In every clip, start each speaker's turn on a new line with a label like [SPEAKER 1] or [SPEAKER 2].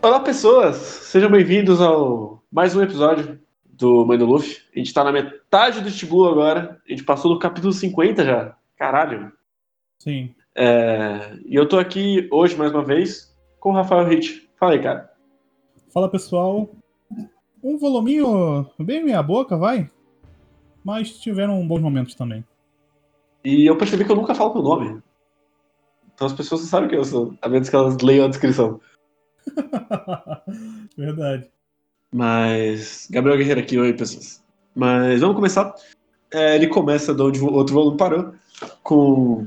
[SPEAKER 1] Olá, pessoas! Sejam bem-vindos ao mais um episódio do Mãe do Luffy. A gente tá na metade do Shibu agora. A gente passou do capítulo 50 já. Caralho.
[SPEAKER 2] Sim.
[SPEAKER 1] E eu tô aqui hoje, mais uma vez, com o Rafael Hit. Fala aí, cara.
[SPEAKER 2] Fala, pessoal. Um voluminho bem meia boca, vai. Mas tiveram bons momentos também.
[SPEAKER 1] E eu percebi que eu nunca falo meu nome. Então as pessoas não sabem quem eu sou, a menos que elas leiam a descrição.
[SPEAKER 2] Verdade.
[SPEAKER 1] Mas... Gabriel Guerreiro aqui, oi, pessoas. Mas vamos começar. Ele começa de onde o outro volume parou, com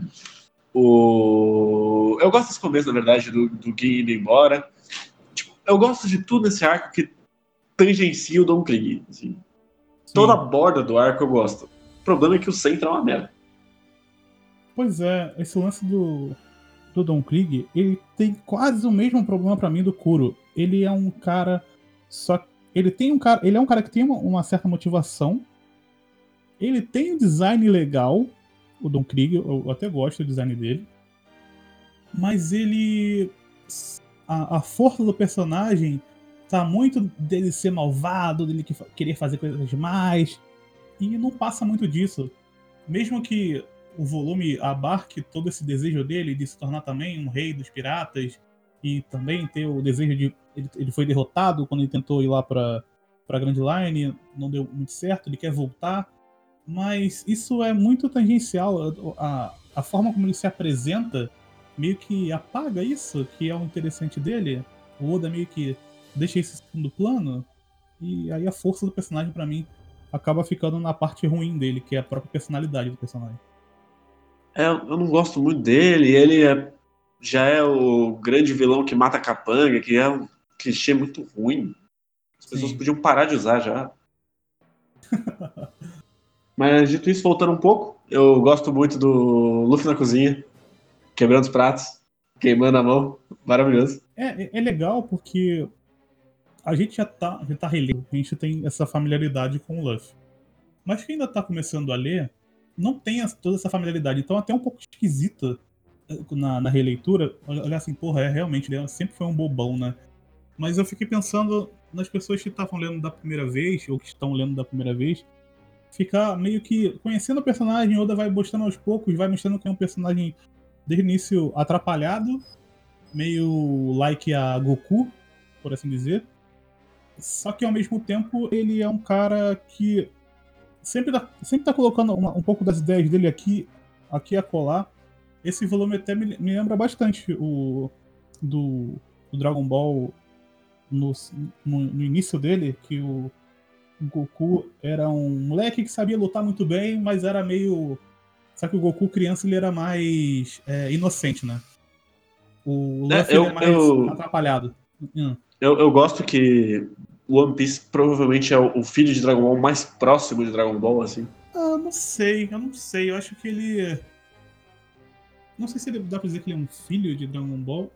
[SPEAKER 1] Eu gosto desse começo, na verdade, do Gin indo embora. Tipo, eu gosto de tudo nesse arco que tangencia o Don Krieg. Assim. Toda a
[SPEAKER 2] Sim.
[SPEAKER 1] borda do arco eu gosto. O problema é que o centro é uma merda.
[SPEAKER 2] Pois é, esse lance do Don Krieg, ele tem quase o mesmo problema pra mim do Kuro. Ele é um cara. Ele é um cara que tem uma certa motivação. Ele tem um design legal. O Don Krieg, eu até gosto do design dele. Mas ele. A força do personagem tá muito dele ser malvado, dele querer fazer coisas demais. E não passa muito disso. Mesmo que o volume abarque todo esse desejo dele de se tornar também um rei dos piratas. E também ter o desejo de. Ele foi derrotado quando ele tentou ir lá pra Grand Line, não deu muito certo, ele quer voltar. Mas isso é muito tangencial. A forma como ele se apresenta meio que apaga isso, que é o interessante dele. O Oda meio que deixa esse segundo plano. E aí a força do personagem, pra mim, acaba ficando na parte ruim dele, que é a própria personalidade do personagem.
[SPEAKER 1] Eu não gosto muito dele. Já é o grande vilão que mata a capanga, que é um clichê muito ruim. As pessoas
[SPEAKER 2] Sim.
[SPEAKER 1] podiam parar de usar já. Mas dito isso, voltando um pouco, eu gosto muito do Luffy na cozinha, quebrando os pratos, queimando a mão. Maravilhoso.
[SPEAKER 2] É legal porque a gente já tá relendo, a gente tem essa familiaridade com o Luffy. Mas quem ainda tá começando a ler, não tem toda essa familiaridade. Então é até um pouco esquisita na releitura. Olhar assim, porra, realmente, ele sempre foi um bobão, né? Mas eu fiquei pensando nas pessoas que estavam lendo da primeira vez, ou que estão lendo da primeira vez, ficar meio que conhecendo o personagem, Oda vai mostrando aos poucos, vai mostrando que é um personagem desde o início atrapalhado, meio like a Goku, por assim dizer. Só que ao mesmo tempo ele é um cara que sempre tá colocando um pouco das ideias dele aqui a colar. Esse volume até me lembra bastante do Dragon Ball no início dele, que o Goku era um moleque que sabia lutar muito bem, mas era meio. Só que o Goku criança ele era mais inocente, né? O
[SPEAKER 1] É,
[SPEAKER 2] Luffy ele é mais atrapalhado.
[SPEAKER 1] eu gosto que One Piece provavelmente é o filho de Dragon Ball mais próximo de Dragon Ball, assim.
[SPEAKER 2] Eu não sei. Eu acho que ele. Não sei se ele dá pra dizer que ele é um filho de Dragon Ball,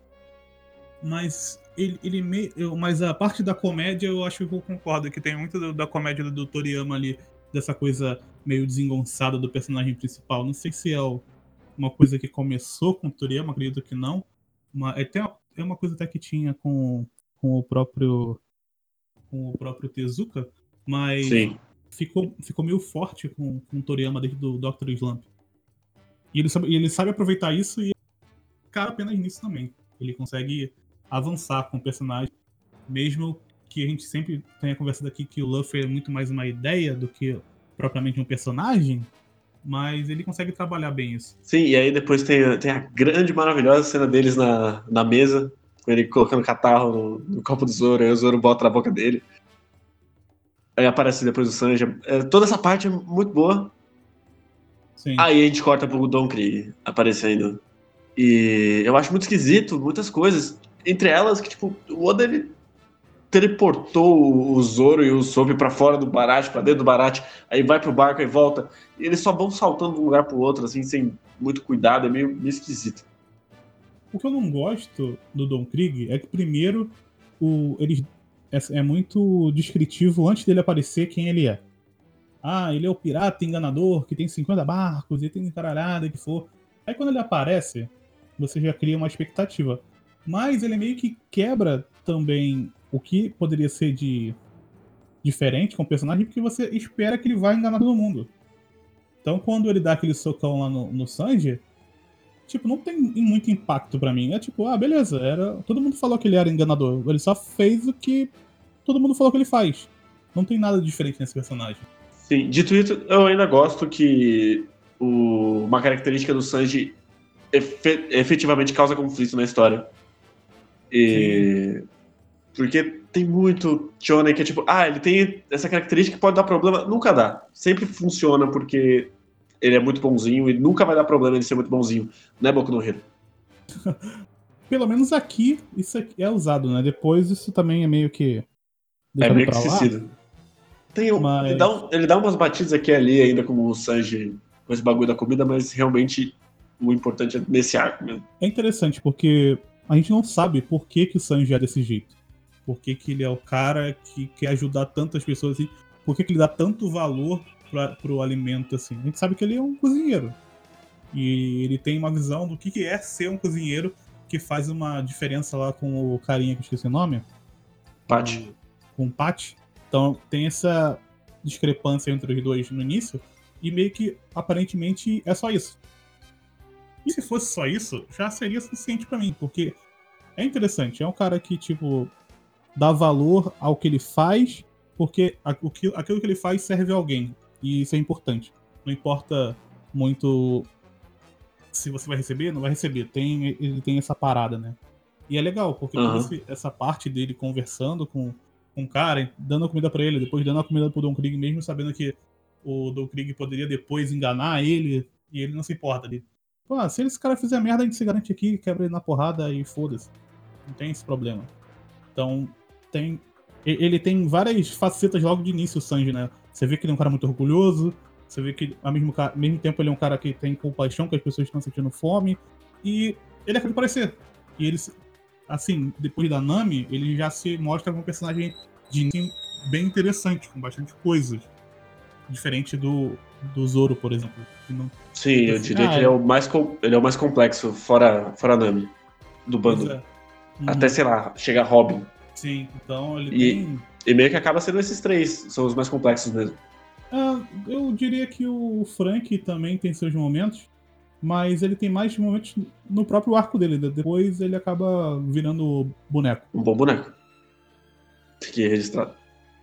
[SPEAKER 2] mas mas a parte da comédia eu acho que eu concordo, que tem muito da comédia do Toriyama ali, dessa coisa meio desengonçada do personagem principal. Não sei se é uma coisa que começou com o Toriyama, acredito que não. Mas é uma coisa até que tinha com o próprio Tezuka, mas
[SPEAKER 1] Sim.
[SPEAKER 2] ficou meio forte com o Toriyama desde o Dr. Slump. E ele sabe aproveitar isso e cara apenas nisso também. Ele consegue avançar com o personagem, mesmo que a gente sempre tenha conversado aqui que o Luffy é muito mais uma ideia do que propriamente um personagem, mas ele consegue trabalhar bem isso.
[SPEAKER 1] Sim, e aí depois tem a grande, maravilhosa cena deles na mesa, com ele colocando catarro no copo do Zoro, aí o Zoro bota na boca dele. Aí aparece depois o Sanji. Toda essa parte é muito boa.
[SPEAKER 2] Sim.
[SPEAKER 1] Aí a gente corta pro Don Krieg aparecendo. E eu acho muito esquisito muitas coisas. Entre elas que, tipo, o Oda ele teleportou o Zoro e o Soap pra fora do Baratie, pra dentro do Baratie, aí vai pro barco e volta. E eles só vão saltando de um lugar pro outro, assim, sem muito cuidado, é meio esquisito.
[SPEAKER 2] O que eu não gosto do Don Krieg é que, primeiro, ele é muito descritivo antes dele aparecer quem ele é. Ah, ele é o pirata enganador que tem 50 barcos e tem caralhada que for. Aí quando ele aparece, você já cria uma expectativa. Mas ele meio que quebra também o que poderia ser de diferente com o personagem, porque você espera que ele vai enganar todo mundo. Então, quando ele dá aquele socão lá no Sanji, tipo, não tem muito impacto pra mim. É tipo, beleza, todo mundo falou que ele era enganador. Ele só fez o que todo mundo falou que ele faz. Não tem nada diferente nesse personagem.
[SPEAKER 1] Sim, dito isso, eu ainda gosto que uma característica do Sanji efetivamente causa conflito na história. Porque tem muito shonen que é tipo, ele tem essa característica que pode dar problema. Nunca dá. Sempre funciona porque ele é muito bonzinho e nunca vai dar problema ele ser muito bonzinho. Não é Boku no Hero.
[SPEAKER 2] Pelo menos aqui, isso aqui é usado, né? Depois isso também é meio que
[SPEAKER 1] É
[SPEAKER 2] deixado
[SPEAKER 1] meio que
[SPEAKER 2] pra lá.
[SPEAKER 1] esquecido.
[SPEAKER 2] Mas...
[SPEAKER 1] ele dá umas batidas aqui e ali ainda como o Sanji com esse bagulho da comida, mas realmente o importante é nesse arco mesmo.
[SPEAKER 2] É interessante porque a gente não sabe por que o Sanji é desse jeito. Por que ele é o cara que quer ajudar tantas pessoas assim. Por que ele dá tanto valor pro alimento assim. A gente sabe que ele é um cozinheiro. E ele tem uma visão do que é ser um cozinheiro, que faz uma diferença lá com o carinha que eu esqueci o nome.
[SPEAKER 1] Patty.
[SPEAKER 2] Com o Patty. Então tem essa discrepância entre os dois no início. E meio que, aparentemente, é só isso. E se fosse só isso, já seria suficiente pra mim. Porque é interessante. É um cara que, tipo, dá valor ao que ele faz, porque aquilo que ele faz serve a alguém. E isso é importante. Não importa muito se você vai receber, não vai receber. Ele tem essa parada, né? E é legal, porque toda essa parte dele conversando com um cara, dando a comida pra ele, depois dando a comida pro Don Krieg, mesmo sabendo que o Don Krieg poderia depois enganar ele, e ele não se importa ali. Pô, se esse cara fizer merda, a gente se garante aqui, quebra ele na porrada e foda-se. Não tem esse problema. Então, ele tem várias facetas logo de início, o Sanji, né? Você vê que ele é um cara muito orgulhoso, você vê que ao mesmo tempo ele é um cara que tem compaixão que as pessoas estão sentindo fome, e ele acaba de aparecer. E ele, assim, depois da Nami, ele já se mostra como um personagem de início bem interessante, com bastante coisas. Diferente do Zoro, por exemplo.
[SPEAKER 1] Sim, eu diria que ele é o mais complexo, fora Nami, do bando. Até, sei lá, chegar Robin.
[SPEAKER 2] Sim, então ele tem...
[SPEAKER 1] E meio que acaba sendo esses três, são os mais complexos mesmo.
[SPEAKER 2] Eu diria que o Frank também tem seus momentos, mas ele tem mais momentos no próprio arco dele. Depois ele acaba virando boneco.
[SPEAKER 1] Um bom boneco. Fiquei registrado.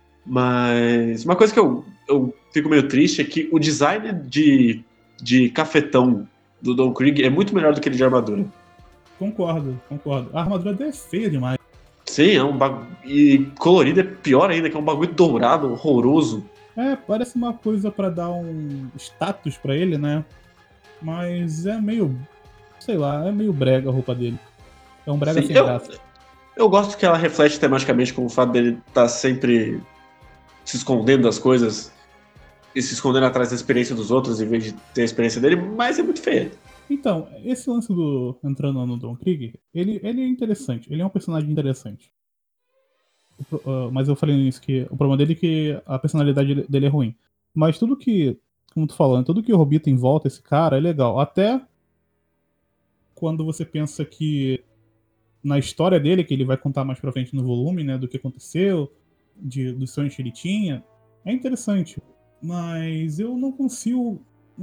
[SPEAKER 1] Mas uma coisa que eu fico meio triste é que o design de cafetão do Don Krieg é muito melhor do que ele de armadura.
[SPEAKER 2] Concordo. A armadura dele é feia demais.
[SPEAKER 1] Sim, é um bagulho. E colorido é pior ainda, que é um bagulho dourado, horroroso.
[SPEAKER 2] Parece uma coisa pra dar um status pra ele, né? Mas é meio... sei lá, é meio brega a roupa dele. É um brega sem graça.
[SPEAKER 1] Eu gosto que ela reflete tematicamente com o fato dele estar sempre se escondendo das coisas e se escondendo atrás da experiência dos outros em vez de ter a experiência dele, mas é muito feio.
[SPEAKER 2] Então, esse lance entrando no Don Krieg, ele é interessante. Ele é um personagem interessante. Mas eu falei nisso que o problema dele é que a personalidade dele é ruim. Mas tudo que, como tu falando, tudo que orbita em volta esse cara é legal. Até quando você pensa que na história dele, que ele vai contar mais pra frente no volume, né, do que aconteceu, dos sonhos que ele tinha, é interessante. Mas eu não consigo...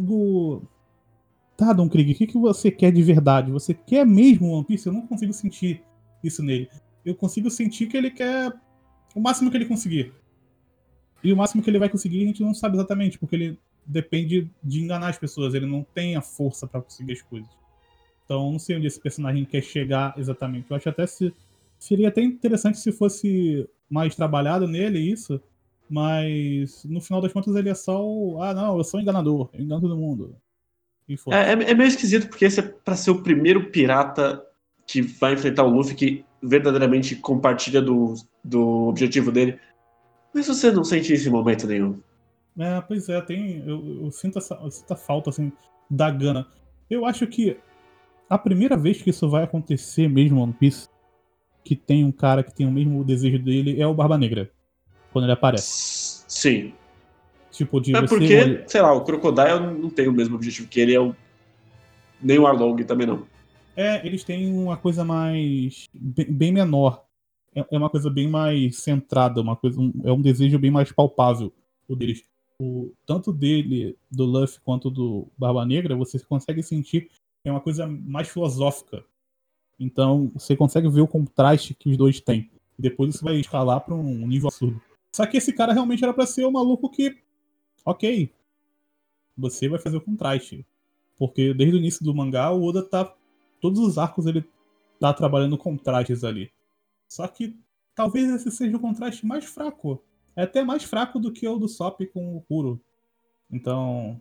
[SPEAKER 2] Tá, Don Krieg, o que você quer de verdade? Você quer mesmo One Piece? Eu não consigo sentir isso nele. Eu consigo sentir que ele quer o máximo que ele conseguir. E o máximo que ele vai conseguir a gente não sabe exatamente, porque ele depende de enganar as pessoas. Ele não tem a força pra conseguir as coisas. Então, não sei onde esse personagem quer chegar exatamente. Eu acho até seria até interessante se fosse mais trabalhado nele isso, mas no final das contas ele é só não, eu sou enganador, eu engano todo mundo.
[SPEAKER 1] É meio esquisito, porque esse é pra ser o primeiro pirata que vai enfrentar o Luffy que verdadeiramente compartilha do objetivo dele. Mas você não sente isso em momento nenhum.
[SPEAKER 2] Pois é, eu sinto essa falta assim, da gana. Eu acho que a primeira vez que isso vai acontecer mesmo no One Piece, que tem um cara que tem o mesmo desejo dele, é o Barba Negra. Quando ele aparece.
[SPEAKER 1] Sim.
[SPEAKER 2] Tipo, de
[SPEAKER 1] você... porque, sei lá, o Crocodile não tem o mesmo objetivo que ele, nem o Arlong também não.
[SPEAKER 2] Eles têm uma coisa mais... bem menor. é uma coisa bem mais centrada, é um desejo bem mais palpável o deles. Tanto dele, do Luffy, quanto do Barba Negra, você consegue sentir que é uma coisa mais filosófica. Então, você consegue ver o contraste que os dois têm. E depois isso vai escalar para um nível absurdo. Só que esse cara realmente era para ser o maluco que, ok, você vai fazer o contraste. Porque desde o início do mangá, o Oda tá. Todos os arcos ele tá trabalhando contrastes ali. Só que talvez esse seja o contraste mais fraco. É até mais fraco do que o do Sop com o Kuro. Então.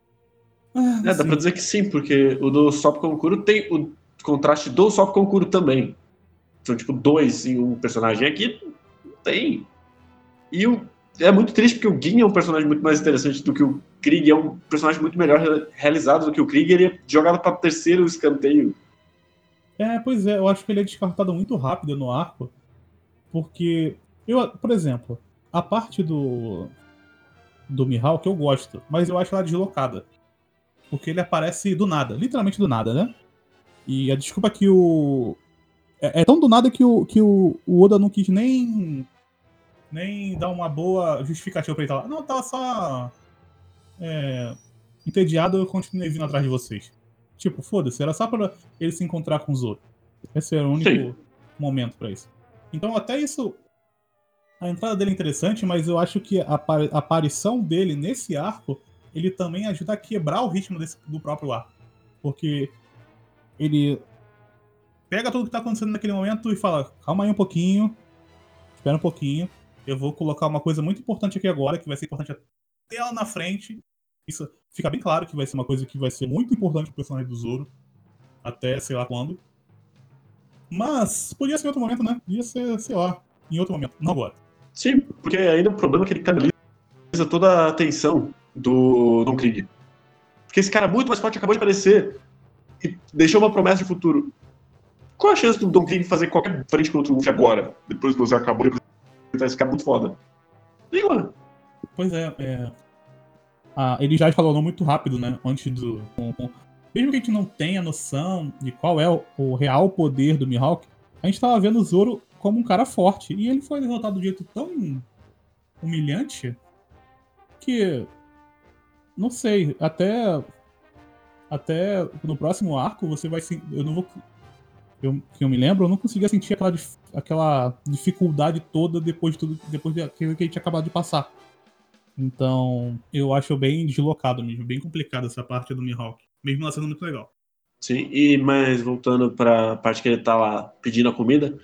[SPEAKER 1] Dá pra
[SPEAKER 2] Assim.
[SPEAKER 1] dizer que sim, porque o do Sop com o Kuro tem o contraste do Sop com o Kuro também. São tipo dois em um personagem. Aqui não tem. E é muito triste porque o Gin é um personagem muito mais interessante do que o Krieg. É um personagem muito melhor realizado do que o Krieg. Ele é jogado para terceiro escanteio.
[SPEAKER 2] Pois é, eu acho que ele é descartado muito rápido no arco. Porque. Por exemplo, a parte do Mihawk eu gosto, mas eu acho ela deslocada. Porque ele aparece do nada, literalmente do nada, né? E a desculpa que o. É tão do nada que o Oda não quis nem dar uma boa justificativa pra ele estar lá. Não, eu tava só. Entediado, eu continuei vindo atrás de vocês. Tipo, foda-se, era só pra ele se encontrar com os outros. Esse era o
[SPEAKER 1] Sim.
[SPEAKER 2] único momento pra isso. Então, até isso. A entrada dele é interessante, mas eu acho que a aparição dele nesse arco, ele também ajuda a quebrar o ritmo do próprio arco. Porque ele pega tudo que tá acontecendo naquele momento e fala, calma aí um pouquinho, espera um pouquinho, eu vou colocar uma coisa muito importante aqui agora, que vai ser importante até lá na frente. Isso fica bem claro que vai ser uma coisa que vai ser muito importante pro personagem do Zoro, até sei lá quando. Mas podia ser em outro momento, né? Podia ser, sei lá, em outro momento, não agora.
[SPEAKER 1] Sim, porque ainda o problema é que ele canaliza toda a atenção do Don Krieg. Porque esse cara muito mais forte acabou de aparecer e deixou uma promessa de futuro. Qual a chance do Don Krieg fazer qualquer frente contra o Luffy agora? Depois que você acabou de apresentar esse cara muito foda. Nenhuma.
[SPEAKER 2] Pois ele já escalonou muito rápido, né? Antes do. Mesmo que a gente não tenha noção de qual é o real poder do Mihawk, a gente tava vendo o Zoro como um cara forte. E ele foi derrotado de um jeito tão humilhante que. Não sei, até no próximo arco você vai se. Eu não vou. Que eu me lembro, eu não conseguia sentir aquela dificuldade toda depois daquilo que a gente tinha acabado de passar. Então, eu acho bem deslocado mesmo, bem complicado essa parte do Mihawk. Mesmo ela sendo muito legal.
[SPEAKER 1] Sim, mas voltando pra parte que ele tá lá pedindo a comida,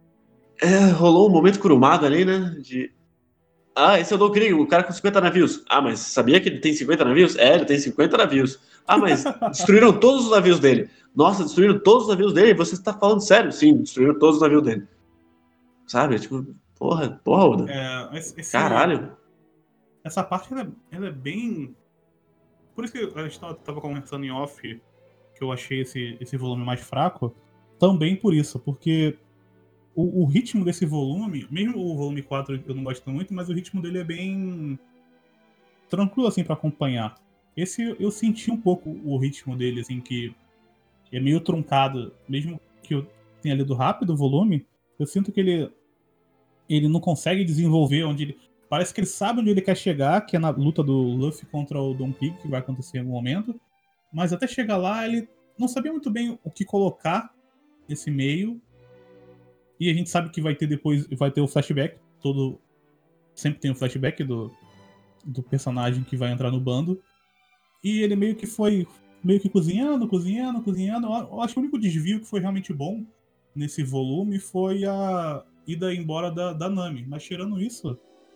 [SPEAKER 1] rolou um momento curumado ali, né? Esse é o Don Krieg, o cara com 50 navios. Mas sabia que ele tem 50 navios? Ele tem 50 navios. Mas destruíram todos os navios dele. Nossa, destruíram todos os navios dele? Você está falando sério? Sim, destruíram todos os navios dele. Sabe? Tipo, porra, Oda. Caralho.
[SPEAKER 2] Essa parte ela é bem. Por isso que a gente tava conversando em off que eu achei esse volume mais fraco. Também por isso, porque o ritmo desse volume, mesmo o volume 4 eu não gosto muito, mas o ritmo dele é bem tranquilo assim para acompanhar. Esse eu senti um pouco o ritmo dele, assim, que é meio truncado, mesmo que eu tenha lido rápido o volume, eu sinto que ele não consegue desenvolver onde ele. Parece que ele sabe onde ele quer chegar, que é na luta do Luffy contra o Don Krieg, que vai acontecer em algum momento. Mas até chegar lá, ele não sabia muito bem o que colocar nesse meio. E a gente sabe que vai ter depois, vai ter o flashback. Sempre tem o flashback do personagem que vai entrar no bando. E ele meio que foi meio que cozinhando. Eu acho que o único desvio que foi realmente bom nesse volume foi a ida embora da Nami. Mas tirando isso,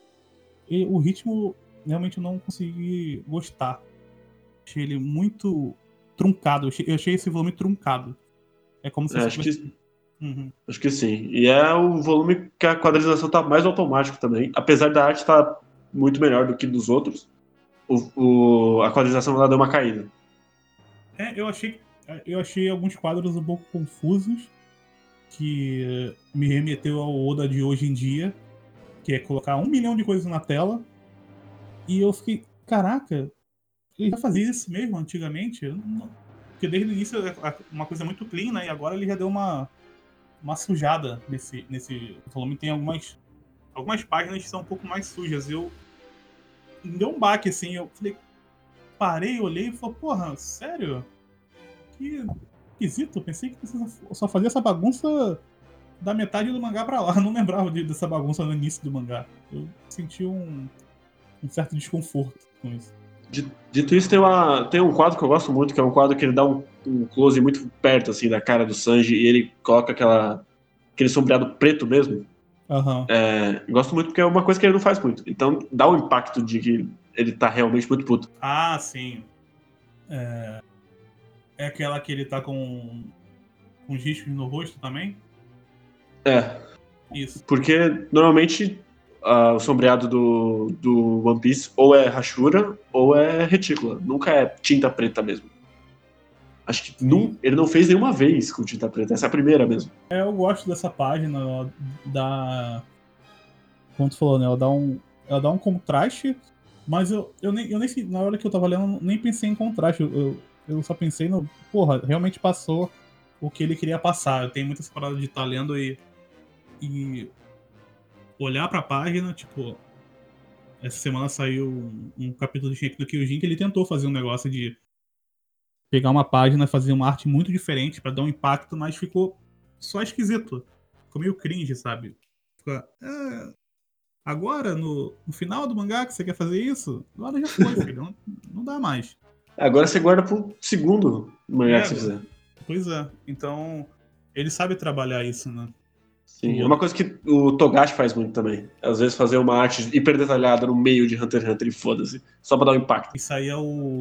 [SPEAKER 2] o ritmo realmente eu não consegui gostar. Achei ele muito truncado. Eu achei esse volume truncado. É como se
[SPEAKER 1] Acho
[SPEAKER 2] tivesse.
[SPEAKER 1] que,
[SPEAKER 2] Uhum.
[SPEAKER 1] acho que sim. E é o volume que a quadrilização tá mais automático também. Apesar da arte estar muito melhor do que dos outros, a quadrilização lá deu uma caída.
[SPEAKER 2] Eu achei alguns quadros um pouco confusos, que me remeteu ao Oda de hoje em dia, que é colocar 1 milhão de coisas na tela. E eu fiquei, caraca, ele já fazia isso mesmo antigamente? Porque desde o início é uma coisa muito clean, né? E agora ele já deu uma sujada nesse volume. Tem algumas páginas que são um pouco mais sujas. Eu me deu um baque, assim, eu falei, parei, olhei e falei, porra, sério? Que esquisito, eu pensei que você só fazia essa bagunça da metade do mangá pra lá. Eu não lembrava dessa bagunça no início do mangá. Eu senti um certo desconforto com isso.
[SPEAKER 1] Dito isso, tem um quadro que eu gosto muito, que é um quadro que ele dá um close muito perto, assim, da cara do Sanji, e ele coloca aquele sombreado preto mesmo.
[SPEAKER 2] Aham.
[SPEAKER 1] Gosto muito porque é uma coisa que ele não faz muito. Então dá um impacto de que ele tá realmente muito puto.
[SPEAKER 2] Ah, sim. É aquela que ele tá com os riscos no rosto também?
[SPEAKER 1] É,
[SPEAKER 2] Isso.
[SPEAKER 1] porque normalmente o sombreado do One Piece ou é rachura ou é retícula. Nunca é tinta preta mesmo. Acho que ele não fez nenhuma vez com tinta preta. Essa é a primeira mesmo.
[SPEAKER 2] Eu gosto dessa página, ela dá. Como tu falou, né? Ela dá um contraste, mas eu nem sei, na hora que eu tava lendo, nem pensei em contraste. Eu só pensei no. Porra, realmente passou o que ele queria passar. Eu tenho muita parada de estar lendo e olhar pra página, tipo. Essa semana saiu um capítulo de Shingeki no Kyojin que ele tentou fazer um negócio de pegar uma página, fazer uma arte muito diferente pra dar um impacto, mas ficou só esquisito. Ficou meio cringe, sabe? Fica, agora, no final do mangá, que você quer fazer isso? Agora já foi, filho. Não dá mais.
[SPEAKER 1] Agora você guarda pro segundo mangá que você
[SPEAKER 2] Agora.
[SPEAKER 1] fizer.
[SPEAKER 2] Pois é. Então, ele sabe trabalhar isso, né?
[SPEAKER 1] Sim, é uma coisa que o Togashi faz muito também. Às vezes fazer uma arte hiper detalhada no meio de Hunter x Hunter e foda-se. Só pra dar um impacto.
[SPEAKER 2] Isso aí é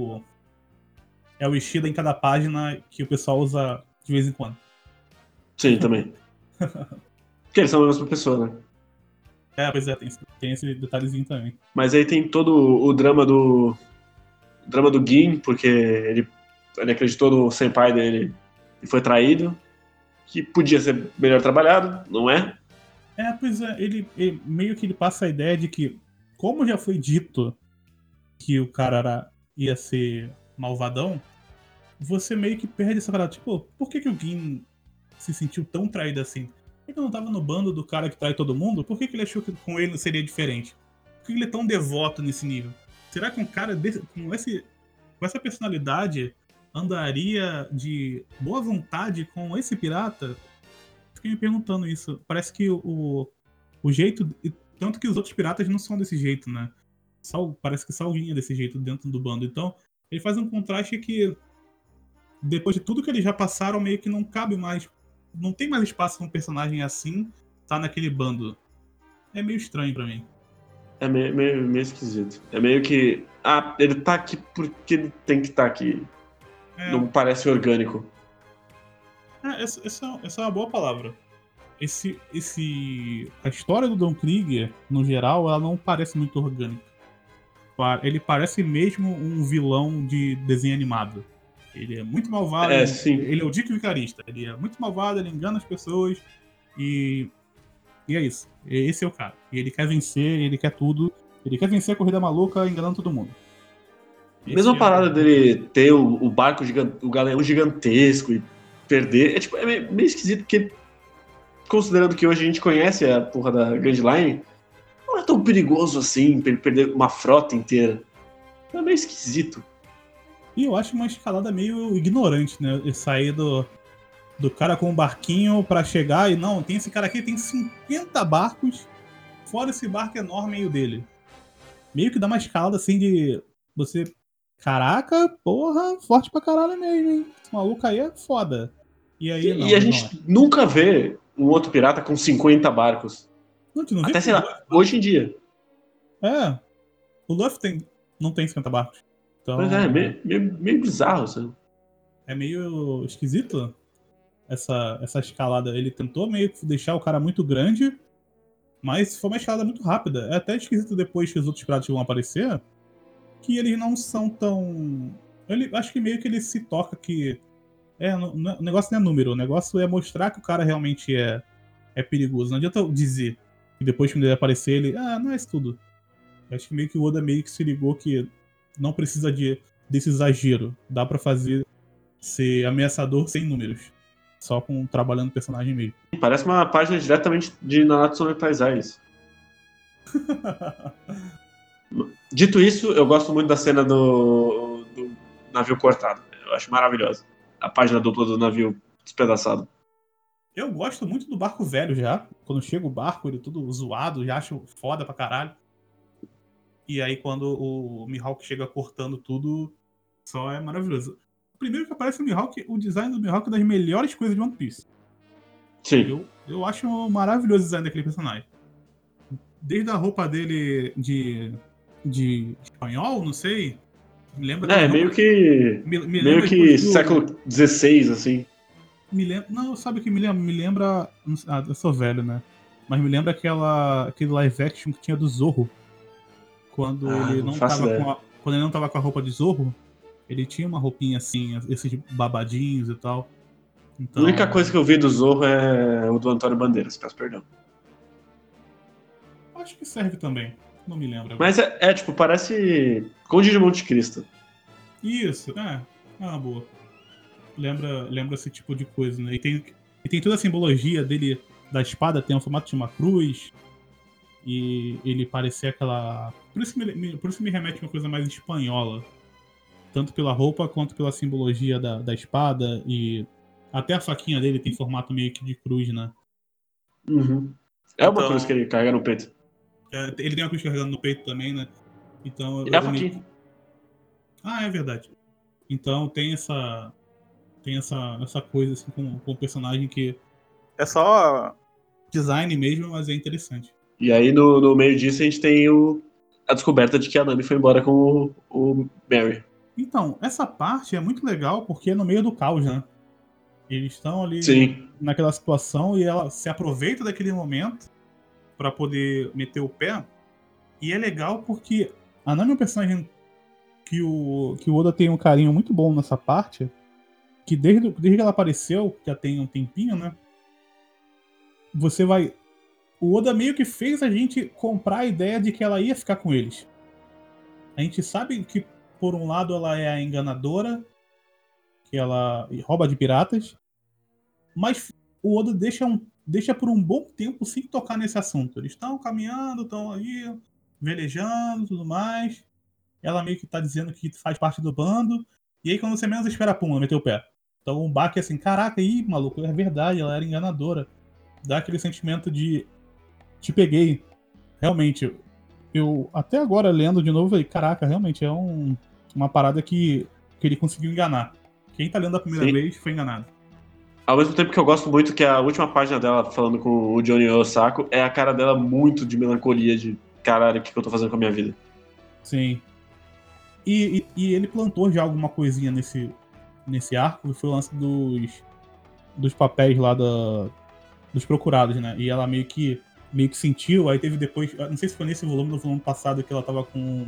[SPEAKER 2] o Ishida em cada página que o pessoal usa de vez em quando.
[SPEAKER 1] Sim, também. Porque eles são a mesma pessoa, né?
[SPEAKER 2] Pois é, tem esse detalhezinho também.
[SPEAKER 1] Mas aí tem todo o drama do Gin, porque ele acreditou no senpai dele e foi traído, que podia ser melhor trabalhado, não é?
[SPEAKER 2] Pois é, ele meio que ele passa a ideia de que, como já foi dito que o cara ia ser malvadão, você meio que perde essa parada. Tipo, por que o Gin se sentiu tão traído assim? Por que ele não tava no bando do cara que trai todo mundo? Por que ele achou que com ele seria diferente? Por que ele é tão devoto nesse nível? Será que um cara com essa personalidade andaria de boa vontade com esse pirata? Fiquei me perguntando isso. Parece que o jeito. Tanto que os outros piratas não são desse jeito, né? Parece que Salguinho é desse jeito dentro do bando. Então, ele faz um contraste que, depois de tudo que eles já passaram, meio que não cabe mais. Não tem mais espaço pra um personagem assim tá naquele bando. É meio estranho pra mim.
[SPEAKER 1] É meio esquisito. É meio que. Ah, ele tá aqui porque ele tem que estar aqui. Não parece orgânico.
[SPEAKER 2] Essa é uma boa palavra. A história do Don Krieger, no geral, ela não parece muito orgânica. Ele parece mesmo um vilão de desenho animado. Ele é muito malvado,
[SPEAKER 1] Sim.
[SPEAKER 2] ele é o Dick Vicarista. Ele é muito malvado, ele engana as pessoas e é isso. Esse é o cara. E ele quer vencer, ele quer tudo. Ele quer vencer a corrida maluca enganando todo mundo.
[SPEAKER 1] Mesma parada dele ter o barco o galeão gigantesco e perder. É meio esquisito, porque considerando que hoje a gente conhece a porra da Grand Line, não é tão perigoso assim pra ele perder uma frota inteira. É meio esquisito.
[SPEAKER 2] E eu acho uma escalada meio ignorante, né? Ele sair do cara com um barquinho pra chegar e não, tem esse cara aqui, tem 50 barcos, fora esse barco enorme meio dele. Meio que dá uma escalada assim de você. Caraca, porra, forte pra caralho mesmo, hein? Esse maluco aí é foda. E aí,
[SPEAKER 1] Sim,
[SPEAKER 2] não.
[SPEAKER 1] e a gente nunca vê um outro pirata com 50 barcos.
[SPEAKER 2] Não, tu não
[SPEAKER 1] Até,
[SPEAKER 2] vê
[SPEAKER 1] sei lá, hoje em dia.
[SPEAKER 2] O Luffy não tem 50 barcos. Então,
[SPEAKER 1] Pois é, meio bizarro, sabe?
[SPEAKER 2] é meio esquisito essa escalada. Ele tentou meio que deixar o cara muito grande, mas foi uma escalada muito rápida. É até esquisito depois que os outros piratas vão aparecer, que eles não são tão. Acho que meio que ele se toca que. O negócio não é número, o negócio é mostrar que o cara realmente é perigoso. Não adianta eu dizer que depois quando ele aparecer, ele. Não é isso tudo. Acho que meio que o Oda meio que se ligou que não precisa desse exagero. Dá pra fazer ser ameaçador sem números. só com trabalhando o personagem mesmo.
[SPEAKER 1] Parece uma página diretamente de Nanatsu no Taizai, isso. Dito isso, eu gosto muito da cena do navio cortado. Eu acho maravilhosa. A página dupla do navio despedaçado.
[SPEAKER 2] Eu gosto muito do barco velho já. Quando chega o barco, ele tudo zoado, já acho foda pra caralho. E aí quando o Mihawk chega cortando tudo, só é maravilhoso. Primeiro que aparece o Mihawk, o design do Mihawk é das melhores coisas de One Piece.
[SPEAKER 1] Sim.
[SPEAKER 2] Eu acho maravilhoso o design daquele personagem. Desde a roupa dele de espanhol, não sei. Me lembra
[SPEAKER 1] É, meio que. Meio que século XVI, assim.
[SPEAKER 2] Me lembra, não, sabe o que me lembra? Me lembra. Ah, eu sou velho, né? Mas me lembra aquele live action que tinha do Zorro. Quando ele
[SPEAKER 1] não
[SPEAKER 2] não
[SPEAKER 1] faço
[SPEAKER 2] tava
[SPEAKER 1] ideia.
[SPEAKER 2] quando ele não tava com a roupa de Zorro, ele tinha uma roupinha assim, esses babadinhos e tal. Então,
[SPEAKER 1] A única coisa que eu vi do Zorro é o do Antônio Bandeiras, peço perdão.
[SPEAKER 2] acho que serve também. Não me lembro agora.
[SPEAKER 1] Mas tipo, parece Conde de Monte Cristo.
[SPEAKER 2] Isso, é uma boa. Lembra esse tipo de coisa, né? E tem toda a simbologia dele, da espada, tem o formato de uma cruz. E ele parecia aquela. Por isso que me remete a uma coisa mais espanhola. Tanto pela roupa quanto pela simbologia da espada. E até a faquinha dele tem formato meio que de cruz, né?
[SPEAKER 1] Uhum. É uma cruz que
[SPEAKER 2] Então,
[SPEAKER 1] ele carrega no peito.
[SPEAKER 2] ele tem uma cruz carregando no peito também, né? Então
[SPEAKER 1] E é a faquinha.
[SPEAKER 2] Ah, é verdade. Então tem essa coisa assim com o personagem que é só design mesmo, mas é interessante.
[SPEAKER 1] E aí, no meio disso, a gente tem a descoberta de que a Nami foi embora com o Barry.
[SPEAKER 2] Então, essa parte é muito legal porque é no meio do caos, né? Eles estão ali
[SPEAKER 1] Sim.
[SPEAKER 2] naquela situação e ela se aproveita daquele momento pra poder meter o pé. E é legal porque a Nami é um personagem que o Oda tem um carinho muito bom nessa parte. Que desde que ela apareceu, já tem um tempinho, né? Você vai. O Oda meio que fez a gente comprar a ideia de que ela ia ficar com eles. A gente sabe que, por um lado, ela é a enganadora, que ela rouba de piratas, mas o Oda deixa por um bom tempo sem tocar nesse assunto. Eles estão caminhando, estão aí, velejando e tudo mais. Ela meio que tá dizendo que faz parte do bando, e aí quando você menos espera, pum, ela meteu o pé. Então um baque assim, caraca, ih, maluco, é verdade, ela era enganadora. Dá aquele sentimento de te peguei. Realmente, eu até agora lendo de novo, falei, caraca, realmente é uma parada que ele conseguiu enganar. Quem tá lendo a primeira
[SPEAKER 1] Sim.
[SPEAKER 2] vez foi enganado.
[SPEAKER 1] Ao mesmo tempo que eu gosto muito que a última página dela, falando com o Johnny Osako, é a cara dela muito de melancolia, de caralho, o que eu tô fazendo com a minha vida?
[SPEAKER 2] Sim. E ele plantou já alguma coisinha nesse arco, que foi o lance dos papéis lá dos procurados, né? E ela meio que sentiu, aí teve depois, não sei se foi nesse volume, no volume passado, que ela tava com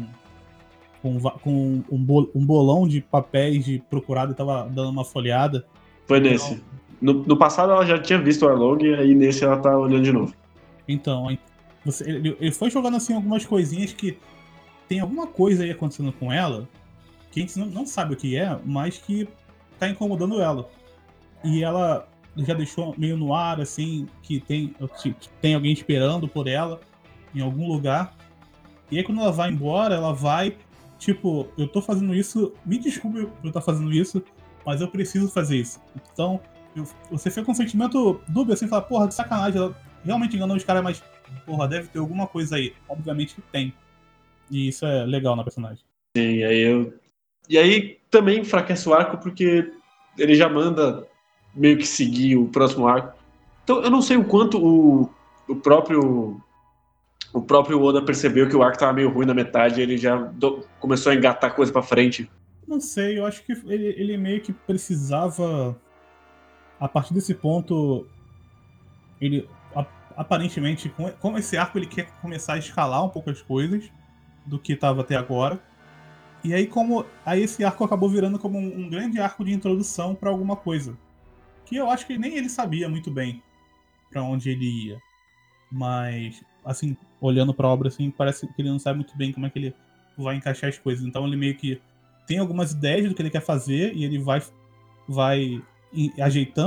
[SPEAKER 2] um bolão de papéis de procurado e tava dando uma folhada.
[SPEAKER 1] Foi
[SPEAKER 2] Então,
[SPEAKER 1] nesse. No passado ela já tinha visto o Arlong, e aí nesse ela tá olhando de novo.
[SPEAKER 2] Então, ele foi jogando assim algumas coisinhas que tem alguma coisa aí acontecendo com ela que a gente não sabe o que é, mas que tá incomodando ela. E ela já deixou meio no ar, assim, que tem alguém esperando por ela em algum lugar. E aí quando ela vai embora, ela vai, tipo, eu tô fazendo isso, me desculpe por eu estar fazendo isso, mas eu preciso fazer isso. Então, você fica com um sentimento dúbio, assim, fala, porra, que sacanagem, ela realmente enganou os caras, mas, porra, deve ter alguma coisa aí. Obviamente que tem. E isso é legal na personagem.
[SPEAKER 1] E aí também enfraquece o arco porque ele já manda meio que seguir o próximo arco. Então eu não sei o quanto o próprio Oda percebeu que o arco tava meio ruim na metade e ele já começou a engatar coisa pra frente.
[SPEAKER 2] Não sei, eu acho que ele meio que precisava. A partir desse ponto, ele aparentemente, com esse arco, ele quer começar a escalar um pouco as coisas do que estava até agora. E aí esse arco acabou virando como um grande arco de introdução para alguma coisa. Que eu acho que nem ele sabia muito bem para onde ele ia. Mas, assim, olhando pra obra, assim, parece que ele não sabe muito bem como é que ele vai encaixar as coisas. Então ele meio que tem algumas ideias do que ele quer fazer e ele vai ajeitando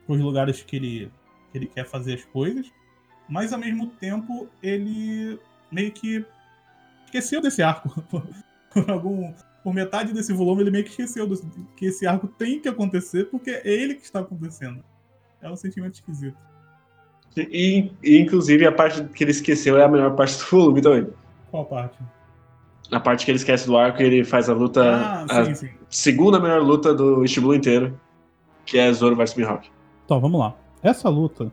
[SPEAKER 2] pros lugares que ele quer fazer as coisas, mas ao mesmo tempo ele meio que esqueceu desse arco. Por metade desse volume ele meio que esqueceu que esse arco tem que acontecer porque é ele que está acontecendo. É um sentimento esquisito.
[SPEAKER 1] E inclusive a parte que ele esqueceu é a melhor parte do volume também.
[SPEAKER 2] Qual parte?
[SPEAKER 1] A parte que ele esquece do arco e ele faz a luta,
[SPEAKER 2] sim.
[SPEAKER 1] Segunda melhor luta do East Blue inteiro, que é Zoro vs Mihawk.
[SPEAKER 2] Então, vamos lá. Essa luta,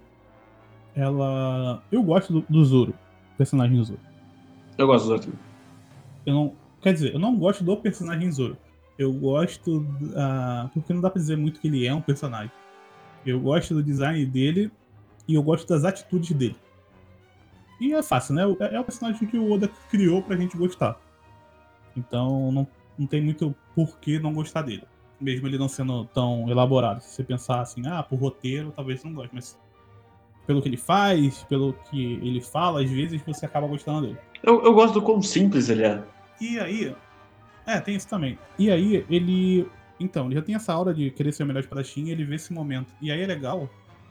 [SPEAKER 2] eu gosto do Zoro, personagem do Zoro.
[SPEAKER 1] Eu gosto do Zoro também.
[SPEAKER 2] Eu não gosto do personagem Zoro. Eu gosto, porque não dá pra dizer muito que ele é um personagem. Eu gosto do design dele e eu gosto das atitudes dele. E é fácil, né? É o personagem que o Oda criou pra gente gostar. Então não tem muito porquê não gostar dele. Mesmo ele não sendo tão elaborado. Se você pensar assim, por roteiro, talvez você não goste. Mas pelo que ele faz, pelo que ele fala, às vezes você acaba gostando dele.
[SPEAKER 1] Eu gosto do quão simples ele é.
[SPEAKER 2] E aí... tem isso também. E aí, ele já tem essa aura de querer ser o melhor espadachim e ele vê esse momento. E aí é legal,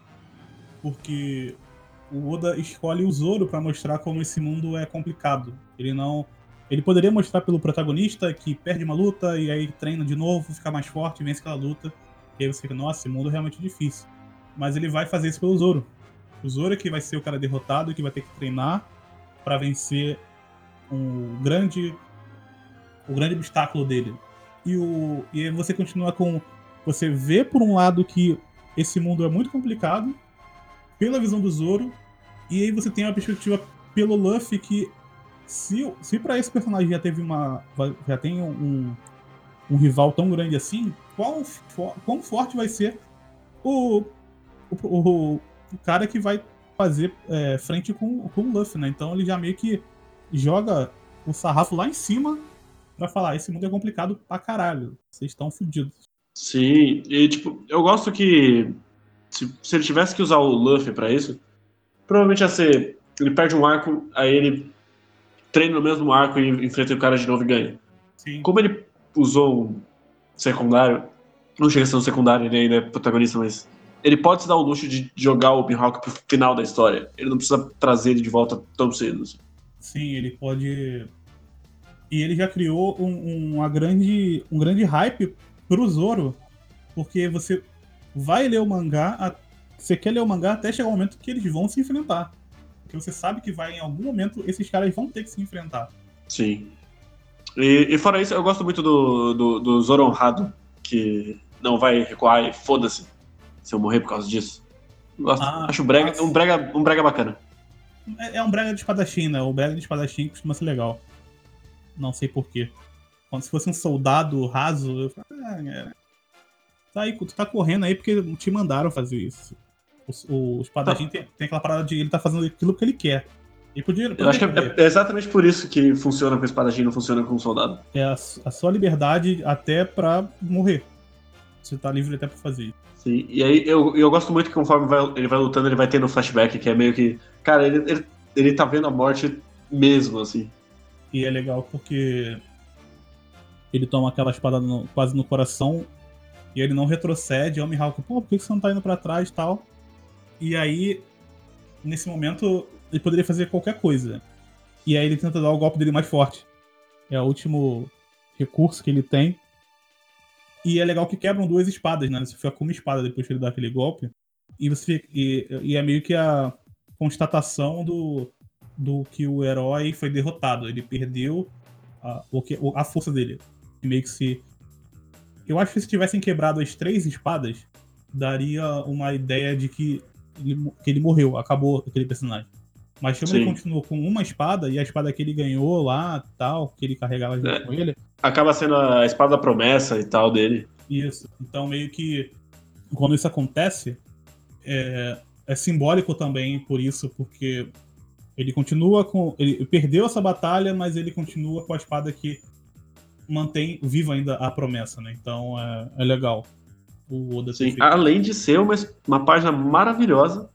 [SPEAKER 2] porque o Oda escolhe o Zoro pra mostrar como esse mundo é complicado. Ele poderia mostrar pelo protagonista que perde uma luta e aí treina de novo, fica mais forte, vence aquela luta. E aí você fica, nossa, esse mundo é realmente difícil. Mas ele vai fazer isso pelo Zoro. O Zoro é que vai ser o cara derrotado, que vai ter que treinar pra vencer o grande obstáculo dele. E aí você continua com... Você vê por um lado que esse mundo é muito complicado, pela visão do Zoro, e aí você tem uma perspectiva pelo Luffy que se pra esse personagem já tem um rival tão grande assim, quão forte vai ser o cara que vai fazer frente com o Luffy, né? Então ele já meio que joga o sarrafo lá em cima pra falar, esse mundo é complicado pra caralho, vocês estão fodidos.
[SPEAKER 1] Sim, e tipo, eu gosto que se ele tivesse que usar o Luffy pra isso, provavelmente ia ser, ele perde um arco, aí ele treina no mesmo arco e enfrenta o cara de novo e ganha.
[SPEAKER 2] Sim.
[SPEAKER 1] Como ele usou um secundário, não chega a ser um secundário, ele ainda é protagonista, mas ele pode se dar o luxo de jogar o Mihawk pro final da história. Ele não precisa trazer ele de volta tão cedo. Assim.
[SPEAKER 2] Sim, ele pode... E ele já criou um grande hype pro Zoro, porque você vai ler o mangá, você quer ler o mangá até chegar o momento que eles vão se enfrentar. Porque você sabe que em algum momento esses caras vão ter que se enfrentar.
[SPEAKER 1] Sim. E fora isso, eu gosto muito do Zoro honrado, que não vai recuar e foda-se se eu morrer por causa disso. Acho um brega bacana.
[SPEAKER 2] É um brega de espadachim, né? O brega de espadachim costuma ser legal. Não sei porquê. Se fosse um soldado raso, eu falo, tá aí, tu tá correndo aí porque te mandaram fazer isso. O espadachim tem aquela parada de ele tá fazendo aquilo que ele quer.
[SPEAKER 1] Eu acho que é exatamente por isso que funciona com o espadachim e não funciona com o soldado.
[SPEAKER 2] É a sua liberdade até pra morrer. Você tá livre até pra fazer isso.
[SPEAKER 1] Sim, e aí eu gosto muito que conforme ele vai lutando, ele vai tendo flashback, que é meio que... Cara, ele tá vendo a morte mesmo, assim.
[SPEAKER 2] E é legal porque ele toma aquela espada quase no coração e ele não retrocede. O Mihawk, por que você não tá indo pra trás e tal? E aí, nesse momento, ele poderia fazer qualquer coisa. E aí ele tenta dar o golpe dele mais forte. É o último recurso que ele tem. E é legal que quebram duas espadas, né? Você fica com uma espada depois que ele dá aquele golpe. E é meio que a constatação do que o herói foi derrotado. Ele perdeu a força dele. Meio que se... Eu acho que se tivessem quebrado as 3 espadas, daria uma ideia de que ele morreu, acabou aquele personagem. Mas como ele continuou com uma espada, e a espada que ele ganhou lá, tal, que ele carregava junto com ele...
[SPEAKER 1] Acaba sendo a espada da promessa e tal dele.
[SPEAKER 2] Isso. Então meio que, quando isso acontece, é simbólico também por isso, porque ele continua com... Ele perdeu essa batalha, mas ele continua com a espada que mantém viva ainda a promessa, né? Então é legal. O Oda
[SPEAKER 1] Sim, além de ser uma página maravilhosa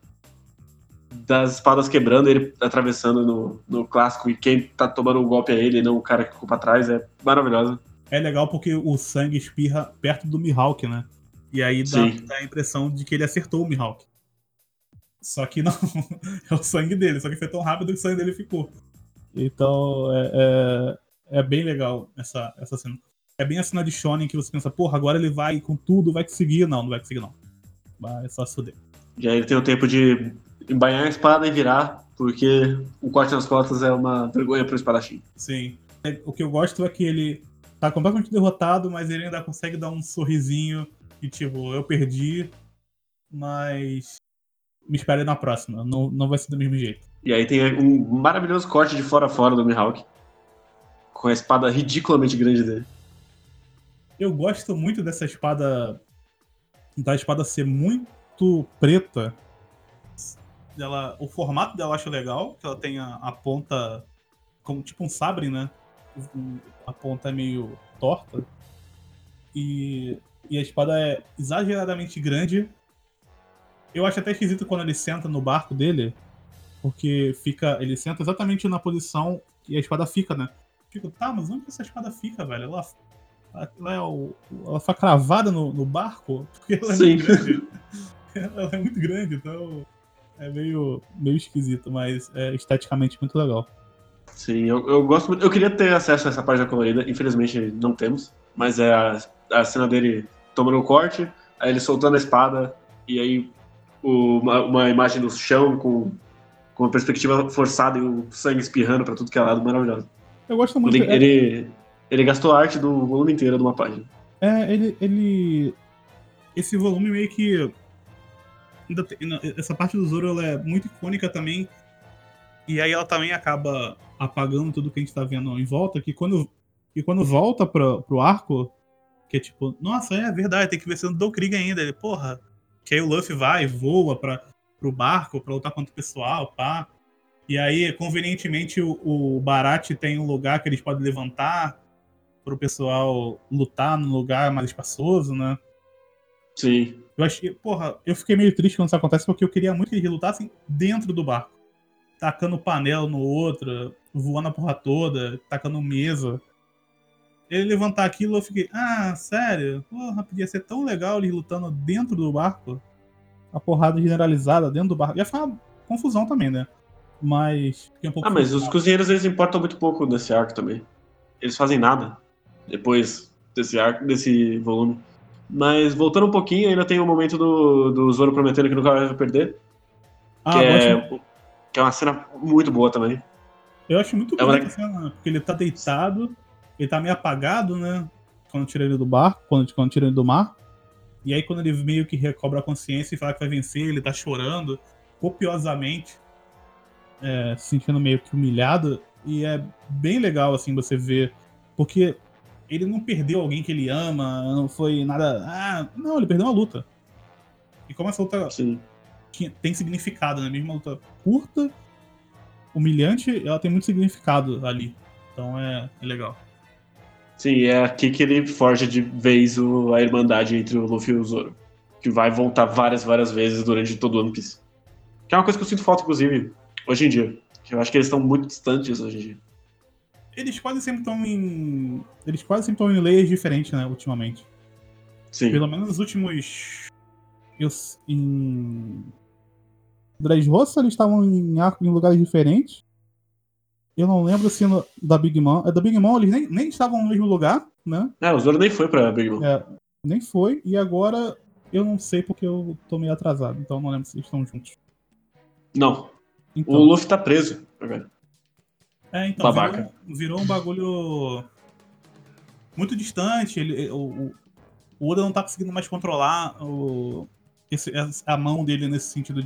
[SPEAKER 1] das espadas quebrando, ele atravessando no clássico e quem tá tomando um golpe é ele, não o cara que ficou pra trás, é maravilhosa.
[SPEAKER 2] É legal porque o sangue espirra perto do Mihawk, né? E aí
[SPEAKER 1] Sim.
[SPEAKER 2] dá a impressão de que ele acertou o Mihawk. Só que não, é o sangue dele, só que foi tão rápido que o sangue dele ficou. Então é bem legal essa cena. É bem a cena de Shonen que você pensa, porra, agora ele vai com tudo, vai conseguir. Não vai conseguir não. Vai só se fuder.
[SPEAKER 1] E aí ele tem o tempo de embainhar a espada e virar, porque o corte nas costas é uma vergonha pro espadachim.
[SPEAKER 2] Sim. O que eu gosto é que ele tá completamente derrotado, mas ele ainda consegue dar um sorrisinho e tipo, eu perdi, mas me espere na próxima. Não vai ser do mesmo jeito.
[SPEAKER 1] E aí tem um maravilhoso corte de fora a fora do Mihawk, com a espada ridiculamente grande dele.
[SPEAKER 2] Eu gosto muito dessa espada, da espada ser muito preta. O formato dela eu acho legal, que ela tem a ponta como tipo um sabre, né? A ponta é meio torta. E a espada é exageradamente grande. Eu acho até esquisito quando ele senta no barco dele, porque ele senta exatamente na posição que a espada fica, né? Fico, tá, mas onde que essa espada fica, velho? Ela foi cravada no barco? Porque ela é
[SPEAKER 1] Sim.
[SPEAKER 2] muito grande. Ela é muito grande, então é meio esquisito, mas é esteticamente muito legal.
[SPEAKER 1] Sim, eu gosto muito. Eu queria ter acesso a essa página colorida, infelizmente não temos, mas é a cena dele tomando o corte, aí ele soltando a espada, e aí uma imagem no chão com uma perspectiva forçada e o sangue espirrando pra tudo que é lado, maravilhoso.
[SPEAKER 2] Eu gosto muito.
[SPEAKER 1] Ele gastou a arte do volume inteiro de uma página.
[SPEAKER 2] Esse volume meio que. Essa parte do Zoro ela é muito icônica também. E aí ela também acaba apagando tudo que a gente tá vendo em volta. Que quando volta pro arco, que é tipo, nossa, é verdade, tem que ver se não deu Krieg ainda. Ele, porra. Que aí o Luffy voa pro barco pra lutar contra o pessoal, pá. E aí, convenientemente, o Baratie tem um lugar que eles podem levantar pro pessoal lutar num lugar mais espaçoso, né?
[SPEAKER 1] Sim.
[SPEAKER 2] Eu fiquei meio triste quando isso acontece, porque eu queria muito que eles lutassem dentro do barco. Tacando panela no outro, voando a porra toda, tacando mesa. Ele levantar aquilo, eu fiquei, sério? Porra, podia ser tão legal eles lutando dentro do barco. A porrada generalizada dentro do barco. Ia ficar uma confusão também, né? Mas fiquei um pouco
[SPEAKER 1] Mas os
[SPEAKER 2] frustrado.
[SPEAKER 1] cozinheiros eles importam muito pouco nesse arco também. Eles fazem nada depois desse arco, desse volume. Mas voltando um pouquinho, ainda tem o momento do Zoro prometendo que nunca vai perder. Que é uma cena muito boa também.
[SPEAKER 2] Eu acho muito bonita a cena, porque ele tá deitado, ele tá meio apagado, né? Quando tira ele do barco, quando tira ele do mar. E aí quando ele meio que recobra a consciência e fala que vai vencer, ele tá chorando copiosamente, se sentindo meio que humilhado. E é bem legal, assim, você ver, porque ele não perdeu alguém que ele ama, não foi nada... não, ele perdeu uma luta. E como essa luta tem significado, né? Mesmo uma luta curta, humilhante, ela tem muito significado ali. Então é legal.
[SPEAKER 1] Sim, é aqui que ele forja de vez a irmandade entre o Luffy e o Zoro. Que vai voltar várias vezes durante todo o One Piece. Que é uma coisa que eu sinto falta, inclusive, hoje em dia. Que eu acho que eles estão muito distantes hoje em dia.
[SPEAKER 2] Eles quase sempre estão em layers diferentes, né, ultimamente.
[SPEAKER 1] Sim.
[SPEAKER 2] Pelo menos nos últimos... Em Dressrosa eles estavam em lugares diferentes. Eu não lembro se da Big Mom. Da Big Mom eles nem estavam no mesmo lugar, né?
[SPEAKER 1] O Zoro nem foi pra Big Mom.
[SPEAKER 2] Nem foi. E agora eu não sei porque eu tô meio atrasado. Então eu não lembro se eles estão juntos.
[SPEAKER 1] Não.
[SPEAKER 2] Então.
[SPEAKER 1] O Luffy tá preso agora.
[SPEAKER 2] Então,
[SPEAKER 1] babaca.
[SPEAKER 2] Virou um bagulho muito distante. O Oda não tá conseguindo mais controlar a mão dele nesse sentido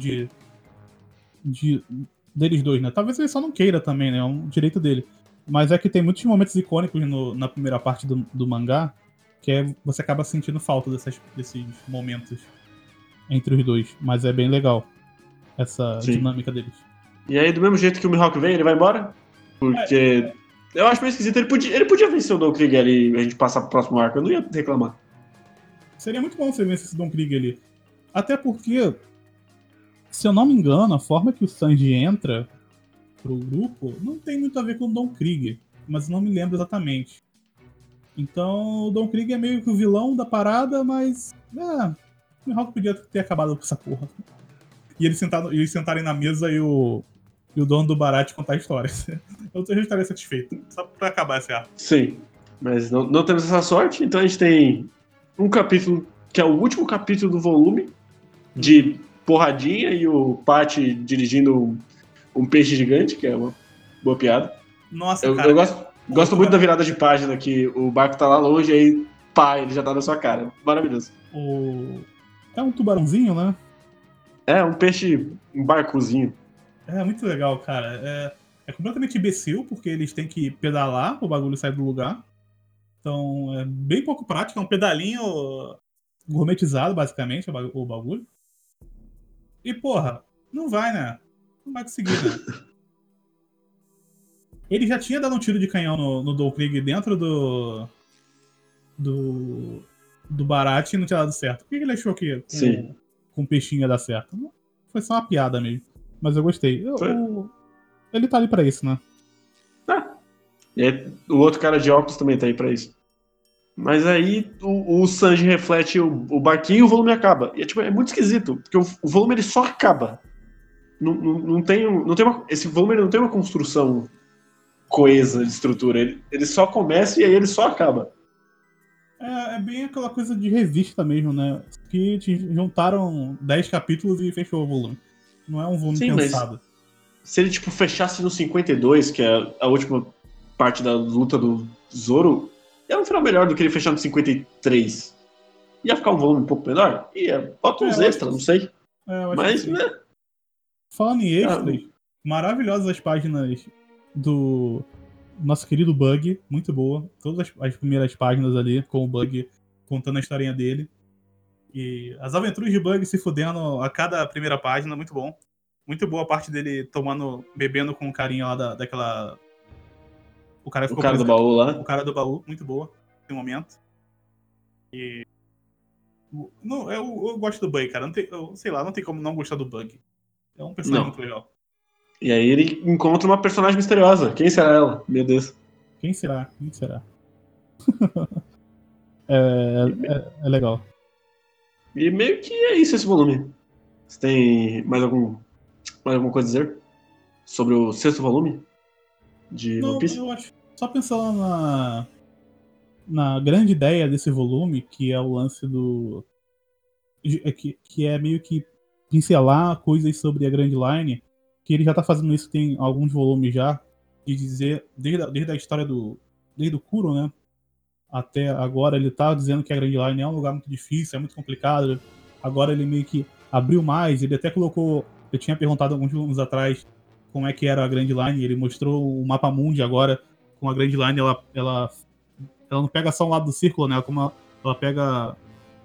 [SPEAKER 2] deles dois, né? Talvez ele só não queira também, né? É um direito dele. Mas é que tem muitos momentos icônicos na primeira parte do mangá que você acaba sentindo falta desses momentos entre os dois. Mas é bem legal essa dinâmica deles.
[SPEAKER 1] E aí, do mesmo jeito que o Mihawk vem, ele vai embora. Porque eu acho meio esquisito. Ele podia vencer o Don Krieg ali e a gente passar pro próximo arco. Eu não ia reclamar.
[SPEAKER 2] Seria muito bom se ele vencesse o Don Krieg ali. Até porque, se eu não me engano, a forma que o Sanji entra pro grupo não tem muito a ver com o Don Krieg. Mas eu não me lembro exatamente. Então o Don Krieg é meio que o vilão da parada, mas. O Mihawk podia ter acabado com essa porra. E eles sentarem na mesa e o dono do Barat contar histórias. Eu já estaria satisfeito. Só pra acabar esse arco.
[SPEAKER 1] Sim, mas não temos essa sorte, então a gente tem um capítulo que é o último capítulo do volume, de porradinha e o Patty dirigindo um peixe gigante, que é uma boa piada.
[SPEAKER 2] Nossa,
[SPEAKER 1] Eu,
[SPEAKER 2] cara.
[SPEAKER 1] eu gosto muito da virada de página, que o barco tá lá longe e aí, pá, ele já tá na sua cara. Maravilhoso.
[SPEAKER 2] É um tubarãozinho, né?
[SPEAKER 1] É, um peixe, um barcozinho.
[SPEAKER 2] É muito legal, cara. É completamente imbecil, porque eles têm que pedalar, o bagulho sai do lugar. Então é bem pouco prático, é um pedalinho gourmetizado, basicamente, o bagulho. E, porra, não vai, né? Não vai conseguir, né? Ele já tinha dado um tiro de canhão no Don Krieg dentro do Barat e não tinha dado certo. Por que ele achou que com o peixinho ia dar certo? Foi só uma piada mesmo. Mas eu gostei. Ele tá ali pra isso, né?
[SPEAKER 1] E aí, o outro cara de óculos também tá aí pra isso. Mas aí o Sanji reflete o barquinho e o volume acaba. E é muito esquisito, porque o volume ele só acaba. Não tem esse volume ele não tem uma construção coesa de estrutura. Ele só começa e aí ele só acaba.
[SPEAKER 2] É bem aquela coisa de revista mesmo, né? Que te juntaram 10 capítulos e fechou o volume. Não é um volume pensado.
[SPEAKER 1] Mas se ele fechasse no 52, que é a última parte da luta do Zoro, é um final melhor do que ele fechar no 53. Ia ficar um volume um pouco menor? Ia. Bota uns extras, não sei. Mas, né?
[SPEAKER 2] Falando em extras, maravilhosas as páginas do nosso querido Bug, muito boa. Todas as primeiras páginas ali, com o Bug contando a historinha dele. E as aventuras de Bug se fudendo a cada primeira página, muito bom. Muito boa a parte dele bebendo com o carinha lá daquela... O cara
[SPEAKER 1] do baú lá.
[SPEAKER 2] O cara do baú, muito boa esse momento. E... Não, eu gosto do Bug, cara. Sei lá, não tem como não gostar do Bug. É um personagem muito legal.
[SPEAKER 1] E aí ele encontra uma personagem misteriosa. Quem será ela? Meu Deus.
[SPEAKER 2] Quem será? É legal.
[SPEAKER 1] E meio que é isso esse volume. Você tem mais alguma coisa a dizer sobre o 6º volume de One Piece?
[SPEAKER 2] Eu acho. Só pensando na grande ideia desse volume, que é o lance do... Que é meio que pincelar coisas sobre a Grand Line, que ele já tá fazendo isso tem alguns volumes já, de dizer, desde a história desde o Kuro, né, até agora ele tá dizendo que a Grand Line é um lugar muito difícil, é muito complicado. Agora ele meio que abriu mais, ele até colocou, eu tinha perguntado alguns anos atrás como é que era a Grand Line, ele mostrou o mapa mundi agora, com a Grand Line ela não pega só um lado do círculo, né, como ela pega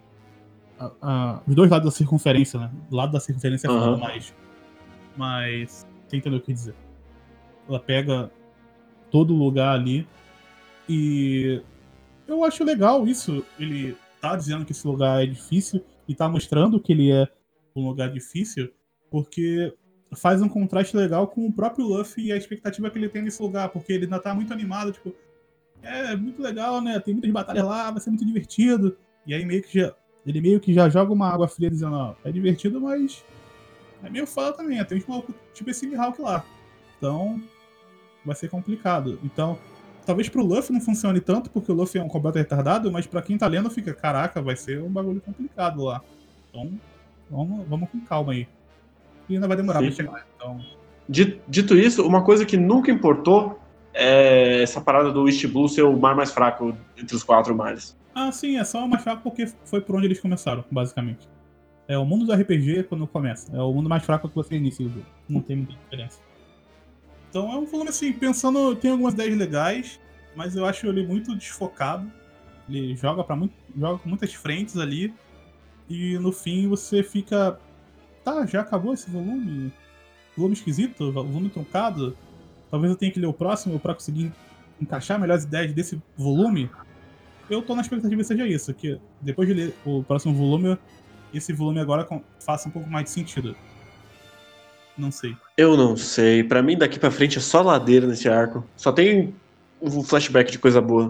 [SPEAKER 2] os dois lados da circunferência, né? O lado da circunferência é foda, mas você entendeu o que dizer. Ela pega todo lugar ali e eu acho legal isso. Ele tá dizendo que esse lugar é difícil e tá mostrando que ele é um lugar difícil, porque faz um contraste legal com o próprio Luffy e a expectativa que ele tem nesse lugar, porque ele ainda tá muito animado, tipo, é muito legal, né? Tem muitas batalhas lá, vai ser muito divertido. E aí ele meio que já joga uma água fria dizendo, ó, é divertido, mas é meio foda também. Tem uns malucos tipo esse Mihawk lá. Então, vai ser complicado. Então, talvez pro Luffy não funcione tanto, porque o Luffy é um completo retardado, mas pra quem tá lendo fica, caraca, vai ser um bagulho complicado lá. Então, vamos com calma aí. E ainda vai demorar pra chegar. Então...
[SPEAKER 1] Dito isso, uma coisa que nunca importou é essa parada do East Blue ser o mar mais fraco entre os 4 mares.
[SPEAKER 2] Ah, sim, é só mais fraco porque foi por onde eles começaram, basicamente. É o mundo do RPG quando começa. É o mundo mais fraco que você inicia o jogo. Não tem muita diferença. Então é um volume assim, pensando, tem algumas ideias legais, mas eu acho ele muito desfocado. Ele joga com muitas frentes ali. E no fim você fica... Tá, já acabou esse volume? Volume esquisito? Volume truncado? Talvez eu tenha que ler o próximo pra conseguir encaixar melhores ideias desse volume. Eu tô na expectativa que seja isso, que depois de ler o próximo volume, esse volume agora faça um pouco mais de sentido. Não sei.
[SPEAKER 1] Eu não sei. Pra mim, daqui pra frente é só ladeira nesse arco. Só tem um flashback de coisa boa.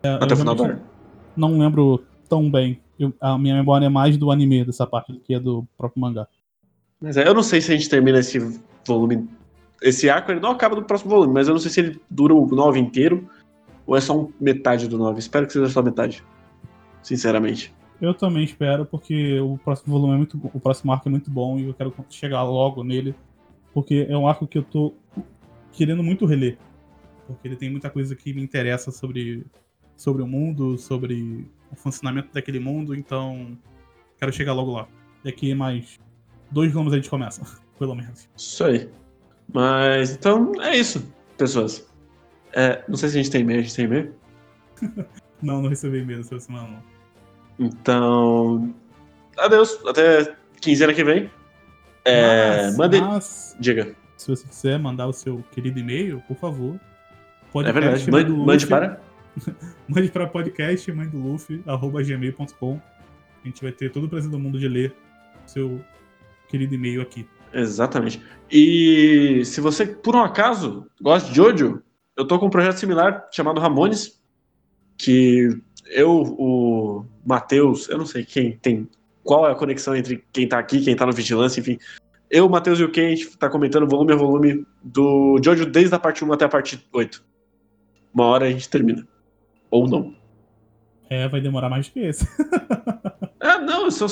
[SPEAKER 1] Até o final do
[SPEAKER 2] realmente
[SPEAKER 1] arco.
[SPEAKER 2] não lembro tão bem. A minha memória é mais do anime dessa parte do que é do próprio mangá.
[SPEAKER 1] Mas eu não sei se a gente termina esse volume. Esse arco ele não acaba no próximo volume, mas eu não sei se ele dura o 9 inteiro ou é só metade do 9. Espero que seja só metade. Sinceramente.
[SPEAKER 2] Eu também espero, porque o próximo volume é muito bom, o próximo arco é muito bom e eu quero chegar logo nele, porque é um arco que eu tô querendo muito reler, porque ele tem muita coisa que me interessa sobre o mundo, sobre o funcionamento daquele mundo, então quero chegar logo lá. Daqui mais 2 volumes a gente começa, pelo menos.
[SPEAKER 1] Isso aí. Mas então é isso, pessoas. Não sei se a gente tem e-mail, a gente tem e-mail.
[SPEAKER 2] Não recebi e-mail essa semana, não.
[SPEAKER 1] Então. Adeus. Até quinzena que vem. Mande.
[SPEAKER 2] Mas,
[SPEAKER 1] Diga.
[SPEAKER 2] se você quiser mandar o seu querido e-mail, por favor,
[SPEAKER 1] É verdade.
[SPEAKER 2] podcast
[SPEAKER 1] Mande para.
[SPEAKER 2] mande para podcast @gmail.com. A gente vai ter todo o prazer do mundo de ler o seu querido e-mail aqui.
[SPEAKER 1] Exatamente. E se você, por um acaso, gosta de Jojo, eu tô com um projeto similar chamado Ramones, que o Matheus, eu não sei qual é a conexão entre quem tá aqui, quem tá no Vigilância, enfim. Eu, o Matheus e o Ken, a gente tá comentando volume a volume do Jojo desde a parte 1 até a parte 8. Uma hora a gente termina. Ou não.
[SPEAKER 2] Vai demorar mais do que esse.
[SPEAKER 1] Não, são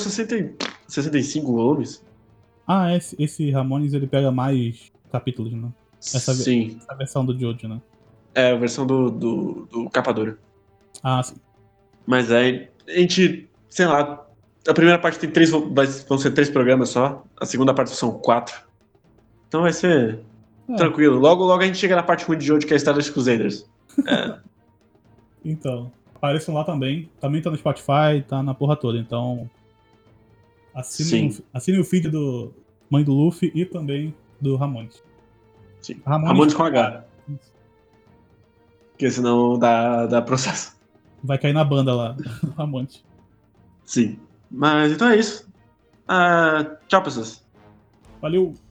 [SPEAKER 1] 65 volumes.
[SPEAKER 2] Esse Ramones, ele pega mais capítulos, né?
[SPEAKER 1] Sim.
[SPEAKER 2] Essa versão do Jojo, né?
[SPEAKER 1] É a versão do capa dura.
[SPEAKER 2] Sim.
[SPEAKER 1] Mas aí, a gente, sei lá, a primeira parte tem vão ser 3 programas só, a segunda parte são 4. Então vai ser tranquilo. Logo, logo a gente chega na parte ruim de Jojo, que é a Stardust Crusaders.
[SPEAKER 2] Então, apareçam lá também. Também tá no Spotify, tá na porra toda. Então, assine o feed do Mãe do Luffy e também do Ramones.
[SPEAKER 1] Sim. Ramones com H.
[SPEAKER 2] Isso.
[SPEAKER 1] Porque senão dá processo.
[SPEAKER 2] Vai cair na banda lá, Ramones.
[SPEAKER 1] Sim. Mas então é isso. Tchau, pessoas.
[SPEAKER 2] Valeu!